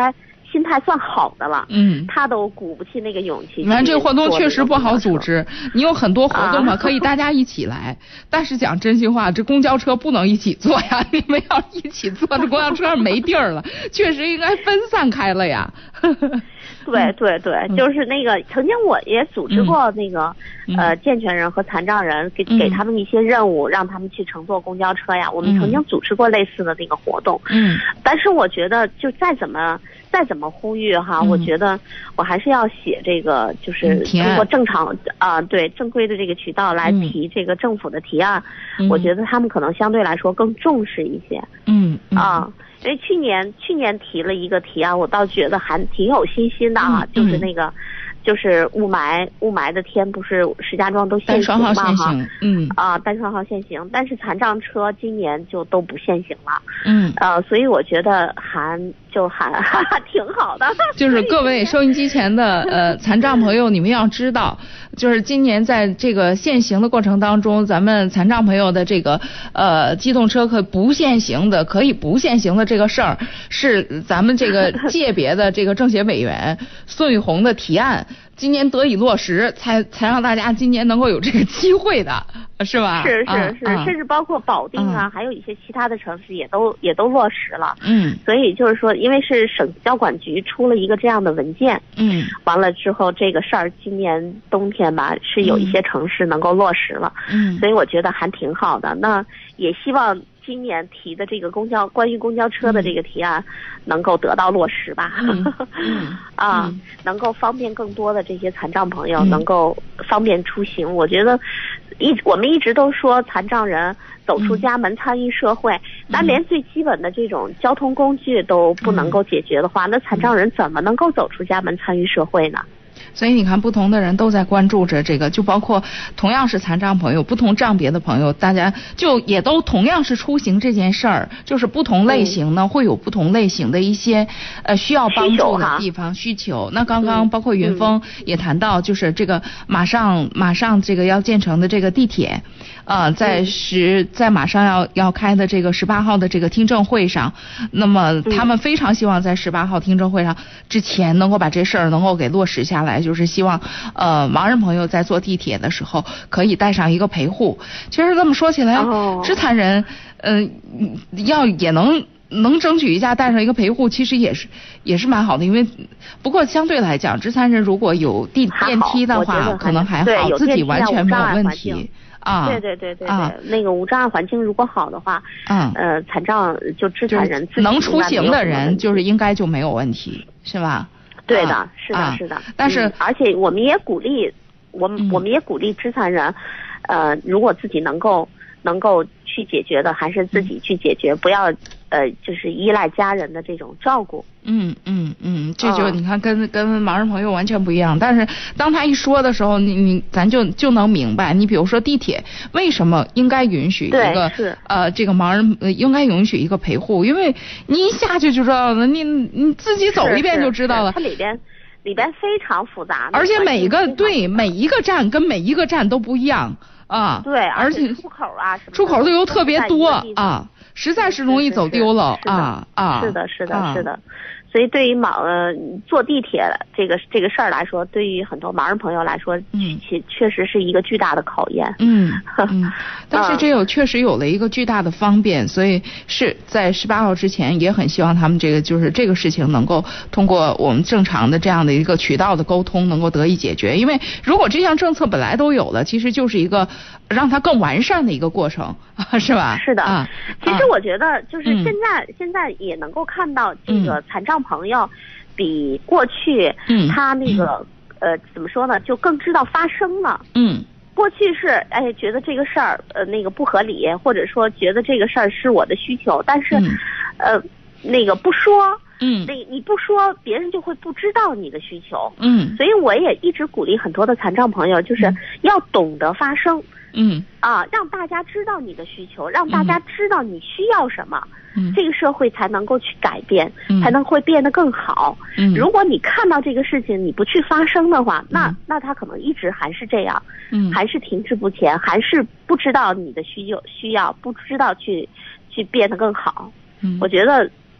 心态算好的了，他都鼓不起那个勇气。 你看这个活动确实不好组织，你有很多活动嘛，可以大家一起来，但是讲真心话，这公交车不能一起坐呀，你们要一起坐，这公交车上没地儿了，确实应该分散开了呀。 对对对，就是那个曾经我也组织过那个健全人和残障人给他们一些任务，让他们去乘坐公交车呀。我们曾经组织过类似的那个活动。但是我觉得就再怎么呼吁哈，我觉得我还是要写这个，就是通过正常对正规的这个渠道来提这个政府的提案。我觉得他们可能相对来说更重视一些。因为去年提了一个提案，我倒觉得还挺有信心的啊，就是那个，就是雾霾的天，不是石家庄都限行嘛哈，单双号限行，但是残障车今年就都不限行了，所以我觉得还挺好的。 就是各位收音机前的残障朋友，你们要知道，就是今年在这个限行的过程当中，咱们残障朋友的这个机动车可以不限行的这个事儿，是咱们这个界别的这个政协委员孙宇红的提案，今年得以落实，才让大家今年能够有这个机会的，是吧？ 是，甚至包括保定啊，还有一些其他的城市也都落实了。所以就是说，因为是省交管局出了一个这样的文件，完了之后这个事儿今年冬天吧，是有一些城市能够落实了。所以我觉得还挺好的。那也希望今年提的这个关于公交车的这个提案能够得到落实吧。能够方便更多的这些残障朋友能够方便出行。我觉得我们一直都说残障人走出家门参与社会，那连最基本的这种交通工具都不能够解决的话，那残障人怎么能够走出家门参与社会呢？ 所以你看，不同的人都在关注着这个，就包括同样是残障朋友，不同障别的朋友，大家就也都同样是出行这件事儿，就是不同类型呢，会有不同类型的一些需要帮助的地方需求。那刚刚包括云峰也谈到，就是这个马上这个要建成的这个地铁，在马上要开的这个18号的这个听证会上，那么他们非常希望在18号听证会上之前能够把这事儿能够给落实下来，就是希望盲人朋友在坐地铁的时候可以带上一个陪护。其实这么说起来，肢残人也能争取一下带上一个陪护，其实也是蛮好的。因为不过相对来讲，肢残人如果有电梯的话可能还好，自己完全没有问题。 对，那个无障碍环境如果好的话，残障就肢残人自己能出行的人就是应该就没有问题，是吧？ 对的，是的。但是而且我们也鼓励我们也鼓励肢残人，如果自己能够去解决的，还是自己去解决，不要就是依赖家人的这种照顾。这就你看跟盲人朋友完全不一样。但是当他一说的时候，咱就能明白。你比如说地铁为什么应该允许一个这个盲人应该允许一个陪护，因为你一下去就知道了，你自己走一遍就知道了。 它里边非常复杂， 而且每一个站跟每一个站都不一样啊。 对， 而且出口啊什么出口都又特别多啊，实在是容易走丢了啊。 是的。所以对于坐地铁这个事儿来说，对于很多盲人朋友来说，确实是一个巨大的考验。 但是这确实有了一个巨大的方便，所以是在18号之前也很希望他们就是这个事情能够通过我们正常的这样的一个渠道的沟通能够得以解决。因为如果这项政策本来都有了，其实就是一个让它更完善的一个过程，是吧？ 是的。其实我觉得就是现在也能够看到这个残障朋友比过去他那个怎么说呢，就更知道发声了。过去是觉得这个事儿那个不合理，或者说觉得这个事儿是我的需求，但是那个不说，你不说别人就会不知道你的需求。所以我也一直鼓励很多的残障朋友，就是要懂得发声。让大家知道你的需求，让大家知道你需要什么，这个社会才能够去改变，才能会变得更好。如果你看到这个事情你不去发声的话，那他可能一直还是这样，还是停滞不前，还是不知道你的需要，不知道去变得更好。我觉得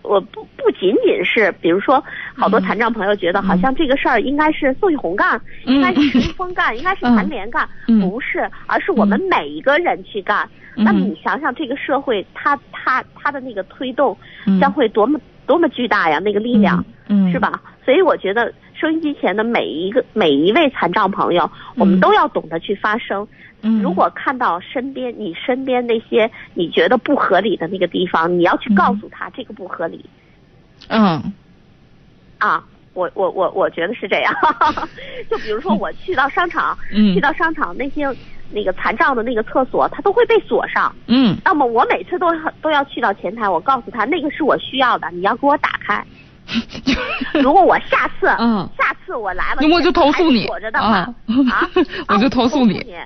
不仅仅是，比如说好多残障朋友觉得好像这个事儿应该是宋玉红干，应该是陈玉峰干，应该是谭联干，不是，而是我们每一个人去干。那么你想想，这个社会它的那个推动将会多么巨大呀，那个力量，是吧？所以我觉得收音机前的每一位残障朋友，我们都要懂得去发声。如果看到你身边那些你觉得不合理的那个地方，你要去告诉他这个不合理。我觉得是这样。就比如说我去到商场，那些那个残障的那个厕所，它都会被锁上。那么我每次都要去到前台，我告诉他那个是我需要的，你要给我打开。如果我下次我来了， 我就投诉你锁着的话我就投诉你。 对。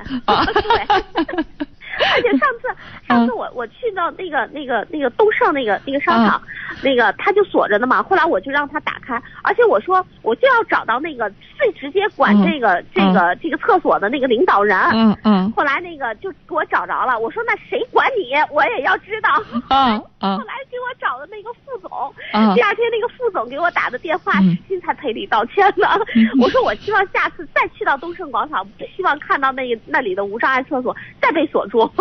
而且上次我去到那个东胜那个商场，那个他就锁着的嘛。后来我就让他打开，而且我说我就要找到那个最直接管这个厕所的那个领导人。后来那个就给我找着了，我说那谁管你，我也要知道。后来给我找的那个副总，第二天那个副总给我打的电话，实心才赔礼道歉呢。我说我希望下次再去到东胜广场，不希望看到那里的无障碍厕所再被锁住。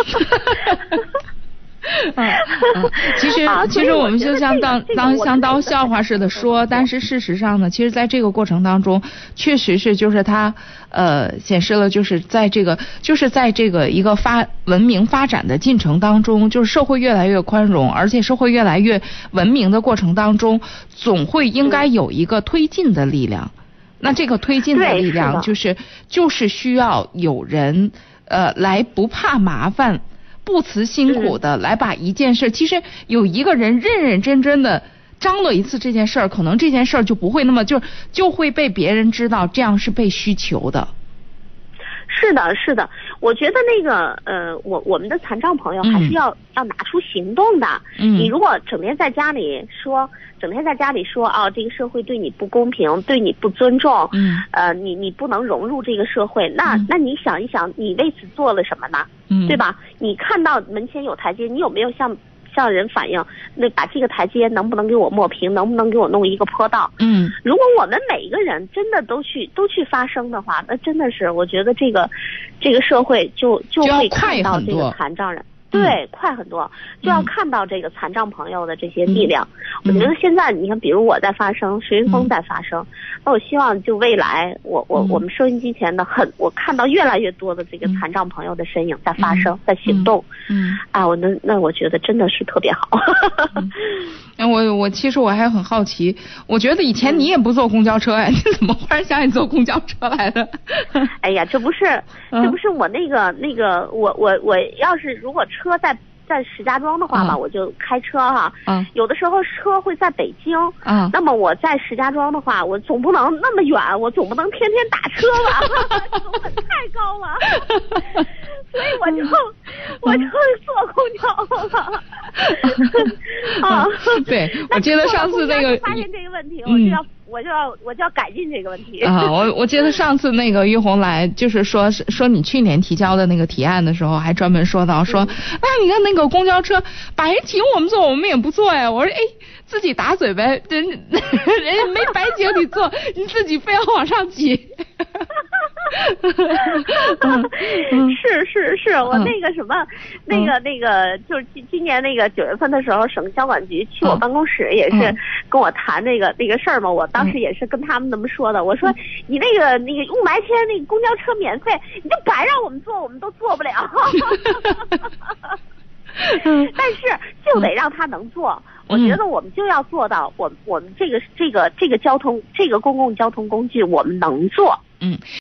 其实我们就像像当笑话似的说，但是事实上呢，其实在这个过程当中，确实是就是它显示了就是在这个一个文明发展的进程当中，就是社会越来越宽容，而且社会越来越文明的过程当中，总会应该有一个推进的力量。那这个推进的力量就是需要有人来不怕麻烦，不辞辛苦的来把一件事，其实有一个人认认真真的张罗一次这件事儿，可能这件事儿就不会那么就会被别人知道，这样是被需求的。 是的，我觉得那个我们的残障朋友还是要拿出行动的。你如果整天在家里说这个社会对你不公平，对你不尊重，你不能融入这个社会，那你想一想，你为此做了什么呢？对吧？你看到门前有台阶，你有没有向人反映，那把这个台阶能不能给我抹平，能不能给我弄一个坡道？如果我们每一个人真的都去发声的话，那真的是我觉得这个社会就会看到这个残障人。对，快很多，就要看到这个残障朋友的这些力量。我觉得现在你看，比如我在发声，徐云峰在发声，那我希望就未来我们收音机前的我看到越来越多的这个残障朋友的身影在发声，在行动。那我觉得真的是特别好。 其实我还很好奇，我觉得以前你也不坐公交车呀，你怎么忽然想起坐公交车来的？ 哎呀，这不是我那个我要是如果车在石家庄的话吧，我就开车哈。有的时候车会在北京。那么我在石家庄的话，我总不能那么远，我总不能天天打车吧，成本太高了。所以我就坐公交了。 对，我记得上次那个发现这个问题，我就要改进这个问题。 我记得上次那个玉红来，就是说你去年提交的那个提案的时候，还专门说到说，你看那个公交车白请我们坐，我们也不坐呀。我说自己打嘴呗，人家没白请你坐，你自己非要往上挤。 是，我那个什么，那个就是今年那个9月份的时候，省交管局去我办公室也是跟我谈那个事儿嘛。我当时也是跟他们那么说的，我说你那个雾霾天那个公交车免费，你就白让我们坐，我们都坐不了。但是就得让他能坐。我觉得我们就要做到，我们这个交通这个公共交通工具我们能做。